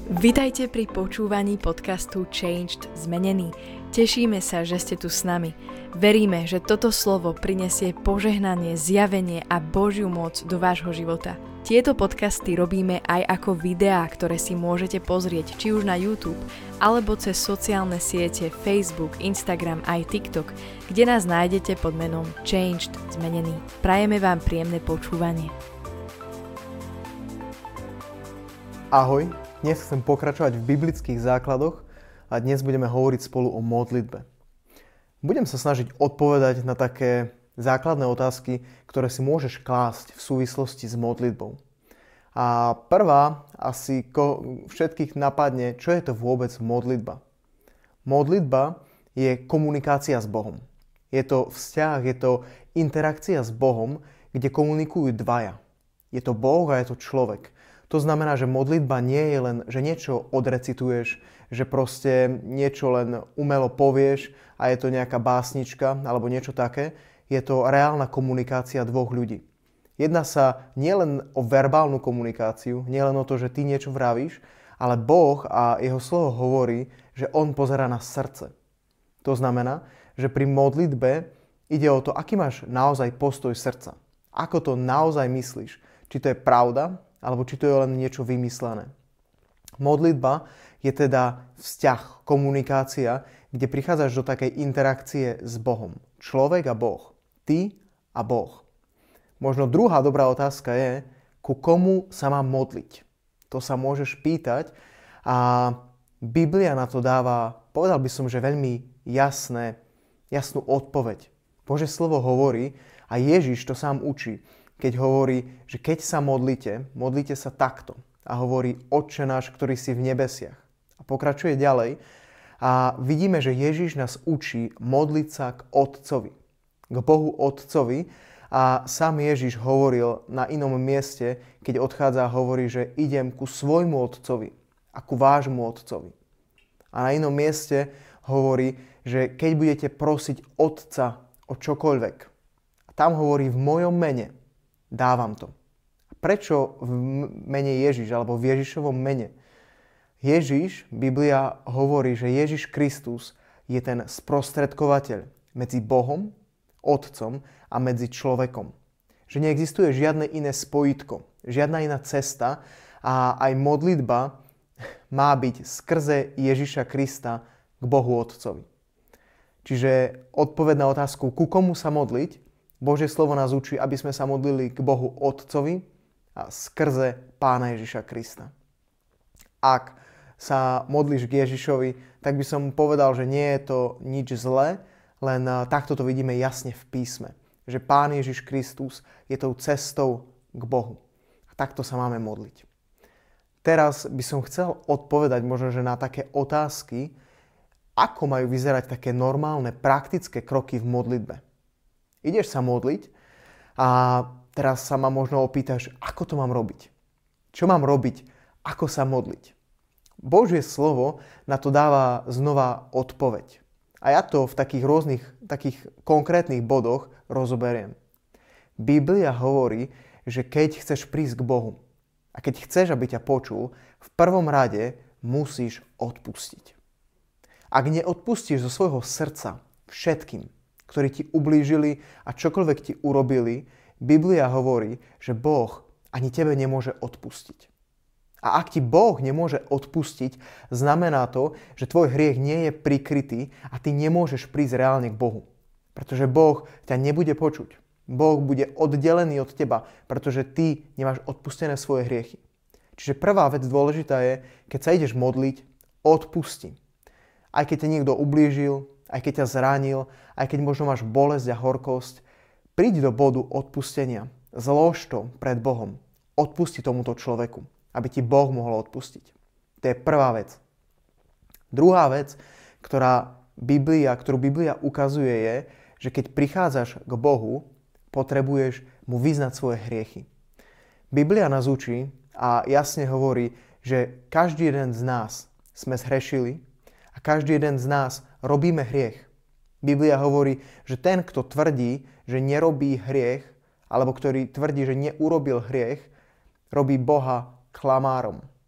Vitajte pri počúvaní podcastu Changed Zmenený. Tešíme sa, že ste tu s nami. Veríme, že toto slovo prinesie požehnanie, zjavenie a Božiu moc do vášho života. Tieto podcasty robíme aj ako videá, ktoré si môžete pozrieť či už na YouTube, alebo cez sociálne siete Facebook, Instagram aj TikTok, kde nás nájdete pod menom Changed Zmenený. Prajeme vám príjemné počúvanie. Ahoj, dnes chcem pokračovať v biblických základoch a dnes budeme hovoriť spolu o modlitbe. Budem sa snažiť odpovedať na také základné otázky, ktoré si môžeš klásť v súvislosti s modlitbou. A prvá asi všetkých napadne, čo je to vôbec modlitba. Modlitba je komunikácia s Bohom. Je to vzťah, je to interakcia s Bohom, kde komunikujú dvaja. Je to Boh a je to človek. To znamená, že modlitba nie je len, že niečo odrecituješ, že proste niečo len umelo povieš a je to nejaká básnička alebo niečo také. Je to reálna komunikácia dvoch ľudí. Jedná sa nielen o verbálnu komunikáciu, nielen o to, že ty niečo vravíš, ale Boh a jeho slovo hovorí, že on pozerá na srdce. To znamená, že pri modlitbe ide o to, aký máš naozaj postoj srdca. Ako to naozaj myslíš. Či to je pravda, alebo či to je len niečo vymyslené. Modlitba je teda vzťah, komunikácia, kde prichádzaš do takej interakcie s Bohom. Človek a Boh. Ty a Boh. Možno druhá dobrá otázka je, ku komu sa mám modliť? To sa môžeš pýtať a Biblia na to dáva, povedal by som, že veľmi jasnú odpoveď. Božie slovo hovorí a Ježiš to sám učí, keď hovorí, že keď sa modlite sa takto. A hovorí, Otče náš, ktorý si v nebesiach. A pokračuje ďalej. A vidíme, že Ježiš nás učí modliť sa k Otcovi. K Bohu Otcovi. A sám Ježiš hovoril na inom mieste, keď odchádza, hovorí, že idem ku svojmu Otcovi a ku vášmu Otcovi. A na inom mieste hovorí, že keď budete prosiť Otca o čokoľvek. A tam hovorí v mojom mene. Dávam to. Prečo v mene Ježiš, alebo v Ježišovom mene? Ježiš, Biblia hovorí, že Ježiš Kristus je ten sprostredkovateľ medzi Bohom, Otcom a medzi človekom. Že neexistuje žiadne iné spojitko, žiadna iná cesta a aj modlitba má byť skrze Ježiša Krista k Bohu Otcovi. Čiže odpoveď na otázku, ku komu sa modliť, Božie slovo nás učí, aby sme sa modlili k Bohu Otcovi a skrze Pána Ježiša Krista. Ak sa modlíš k Ježišovi, tak by som povedal, že nie je to nič zlé, len takto to vidíme jasne v písme. Že Pán Ježiš Kristus je tou cestou k Bohu. A takto sa máme modliť. Teraz by som chcel odpovedať možno, že na také otázky, ako majú vyzerať také normálne, praktické kroky v modlitbe. Ideš sa modliť a teraz sa ma možno opýtaš, ako to mám robiť? Čo mám robiť? Ako sa modliť? Božie slovo na to dáva znova odpoveď. A ja to v takých konkrétnych bodoch rozoberiem. Biblia hovorí, že keď chceš prísť k Bohu a keď chceš, aby ťa počul, v prvom rade musíš odpustiť. Ak neodpustíš zo svojho srdca všetkým, ktorí ti ublížili a čokoľvek ti urobili, Biblia hovorí, že Boh ani tebe nemôže odpustiť. A ak ti Boh nemôže odpustiť, znamená to, že tvoj hriech nie je prikrytý a ty nemôžeš prísť reálne k Bohu. Pretože Boh ťa nebude počuť. Boh bude oddelený od teba, pretože ty nemáš odpustené svoje hriechy. Čiže prvá vec dôležitá je, keď sa ideš modliť, odpusti. Aj keď ťa niekto ublížil, aj keď ťa zranil, aj keď možno máš bolesť a horkosť, príď do bodu odpustenia. Zlož to pred Bohom. Odpusti tomuto človeku, aby ti Boh mohol odpustiť. To je prvá vec. Druhá vec, ktorú Biblia ukazuje je, že keď prichádzaš k Bohu, potrebuješ mu vyznať svoje hriechy. Biblia nás učí a jasne hovorí, že každý jeden z nás sme zhrešili a každý jeden z nás robíme hriech. Biblia hovorí, že ten, kto tvrdí, že nerobí hriech, alebo ktorý tvrdí, že neurobil hriech, robí Boha klamárom.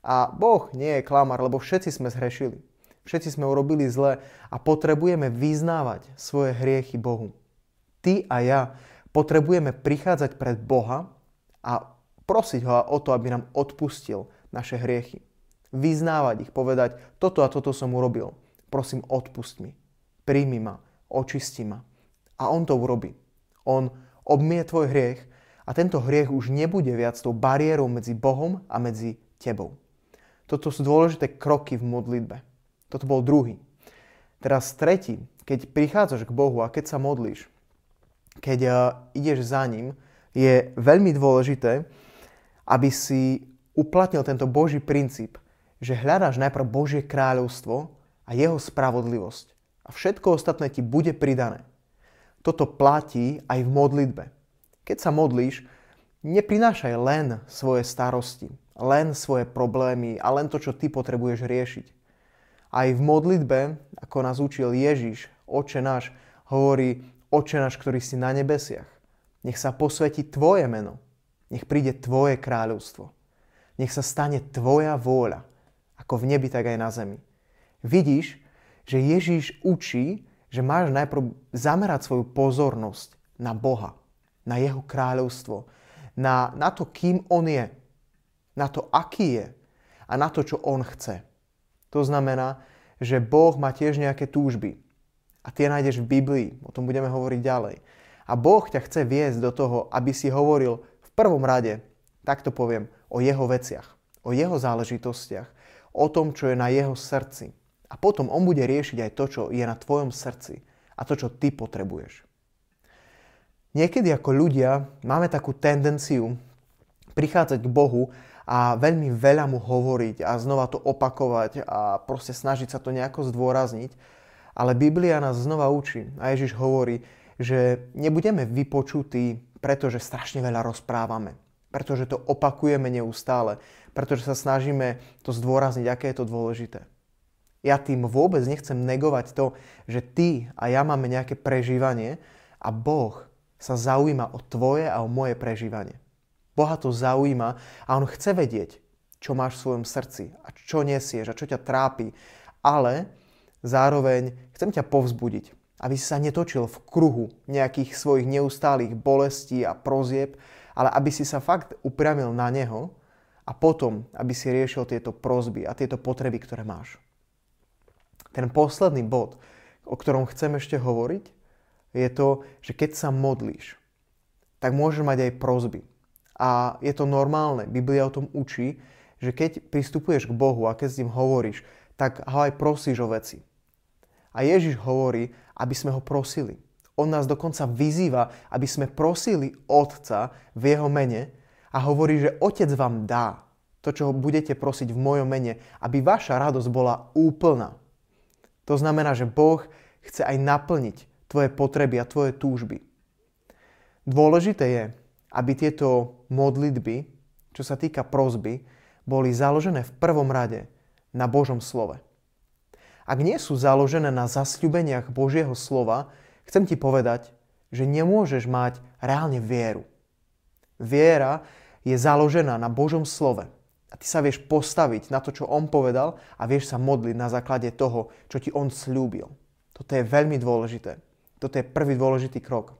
A Boh nie je klamár, lebo všetci sme zhrešili. Všetci sme urobili zle a potrebujeme vyznávať svoje hriechy Bohu. Ty a ja potrebujeme prichádzať pred Boha a prosiť ho o to, aby nám odpustil naše hriechy. Vyznávať ich, povedať, toto a toto som urobil. Prosím, odpusť mi. Príjmi ma, očisti ma. A on to urobí. On obmie tvoj hriech a tento hriech už nebude viac tou bariérou medzi Bohom a medzi tebou. Toto sú dôležité kroky v modlitbe. Toto bol druhý. Teraz tretí, keď prichádzaš k Bohu a keď sa modlíš, keď ideš za ním, je veľmi dôležité, aby si uplatnil tento Boží princíp, že hľadáš najprv Božie kráľovstvo a jeho spravodlivosť. A všetko ostatné ti bude pridané. Toto platí aj v modlitbe. Keď sa modlíš, neprinášaj len svoje starosti, len svoje problémy a len to, čo ty potrebuješ riešiť. Aj v modlitbe, ako nás učil Ježiš, Otče náš, hovorí Otče náš, ktorý si na nebesiach. Nech sa posvätí tvoje meno. Nech príde tvoje kráľovstvo. Nech sa stane tvoja vôľa, ako v nebi, tak aj na zemi. Vidíš, že Ježiš učí, že máš najprv zamerať svoju pozornosť na Boha, na jeho kráľovstvo, na to, kým on je, na to, aký je a na to, čo on chce. To znamená, že Boh má tiež nejaké túžby. A tie nájdeš v Biblii, o tom budeme hovoriť ďalej. A Boh ťa chce viesť do toho, aby si hovoril v prvom rade, tak to poviem, o jeho veciach, o jeho záležitostiach, o tom, čo je na jeho srdci. A potom on bude riešiť aj to, čo je na tvojom srdci a to, čo ty potrebuješ. Niekedy ako ľudia máme takú tendenciu prichádzať k Bohu a veľmi veľa mu hovoriť a znova to opakovať a proste snažiť sa to nejako zdôrazniť. Ale Biblia nás znova učí a Ježiš hovorí, že nebudeme vypočutí, pretože strašne veľa rozprávame. Pretože to opakujeme neustále. Pretože sa snažíme to zdôrazniť, aké je to dôležité. Ja tým vôbec nechcem negovať to, že ty a ja máme nejaké prežívanie a Boh sa zaujíma o tvoje a o moje prežívanie. Boha to zaujíma a on chce vedieť, čo máš v svojom srdci a čo nesieš a čo ťa trápi. Ale zároveň chcem ťa povzbudiť, aby si sa netočil v kruhu nejakých svojich neustálých bolestí a prozieb, ale aby si sa fakt upriamil na neho a potom, aby si riešil tieto prosby a tieto potreby, ktoré máš. Ten posledný bod, o ktorom chcem ešte hovoriť, je to, že keď sa modlíš, tak môžeš mať aj prosby. A je to normálne. Biblia o tom učí, že keď pristupuješ k Bohu a keď s ním hovoríš, tak ho aj prosíš o veci. A Ježiš hovorí, aby sme ho prosili. On nás dokonca vyzýva, aby sme prosili Otca v jeho mene a hovorí, že Otec vám dá to, čo budete prosiť v mojom mene, aby vaša radosť bola úplná. To znamená, že Boh chce aj naplniť tvoje potreby a tvoje túžby. Dôležité je, aby tieto modlitby, čo sa týka prosby, boli založené v prvom rade na Božom slove. Ak nie sú založené na zasľúbeniach Božieho slova, chcem ti povedať, že nemôžeš mať reálne vieru. Viera je založená na Božom slove. A ty sa vieš postaviť na to, čo on povedal a vieš sa modliť na základe toho, čo ti on sľúbil. Toto je veľmi dôležité. Toto je prvý dôležitý krok.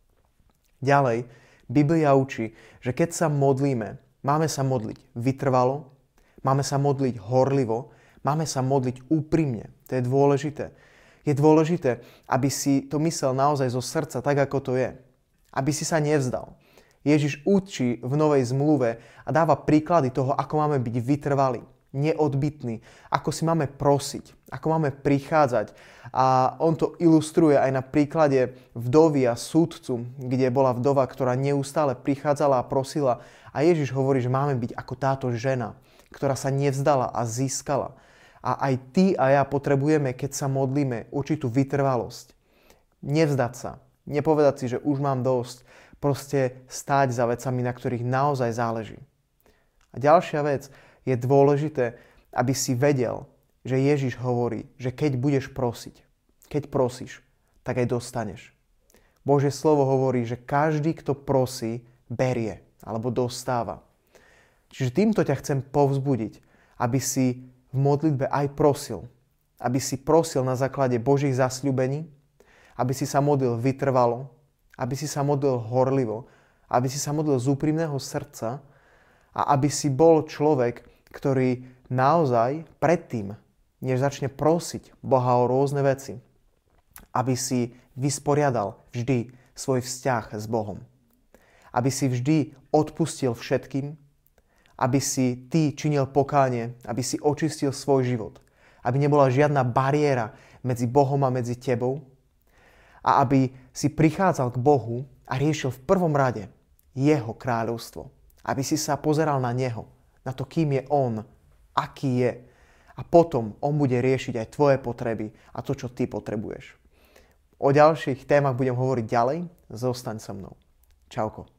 Ďalej, Biblia učí, že keď sa modlíme, máme sa modliť vytrvalo, máme sa modliť horlivo, máme sa modliť úprimne. To je dôležité. Je dôležité, aby si to myslel naozaj zo srdca, tak ako to je. Aby si sa nevzdal. Ježiš učí v Novej zmluve a dáva príklady toho, ako máme byť vytrvalí, neodbytní, ako si máme prosiť, ako máme prichádzať. A on to ilustruje aj na príklade vdovy a súdcu, kde bola vdova, ktorá neustále prichádzala a prosila. A Ježiš hovorí, že máme byť ako táto žena, ktorá sa nevzdala a získala. A aj ty a ja potrebujeme, keď sa modlíme, určitú vytrvalosť. Nevzdať sa, nepovedať si, že už mám dosť, proste stáť za vecami, na ktorých naozaj záleží. A ďalšia vec, je dôležité, aby si vedel, že Ježiš hovorí, že keď budeš prosiť, keď prosíš, tak aj dostaneš. Božie slovo hovorí, že každý, kto prosí, berie alebo dostáva. Čiže týmto ťa chcem povzbudiť, aby si v modlitbe aj prosil. Aby si prosil na základe Božích zasľúbení, aby si sa modlil vytrvalo, aby si sa modlil horlivo, aby si sa modlil z úprimného srdca a aby si bol človek, ktorý naozaj predtým, než začne prosiť Boha o rôzne veci, aby si vysporiadal vždy svoj vzťah s Bohom. Aby si vždy odpustil všetkým, aby si ty činil pokánie, aby si očistil svoj život, aby nebola žiadna bariéra medzi Bohom a medzi tebou a aby si prichádzal k Bohu a riešil v prvom rade Jeho kráľovstvo. Aby si sa pozeral na Neho, na to, kým je On, aký je. A potom On bude riešiť aj tvoje potreby a to, čo ty potrebuješ. O ďalších témach budem hovoriť ďalej. Zostaň so mnou. Čauko.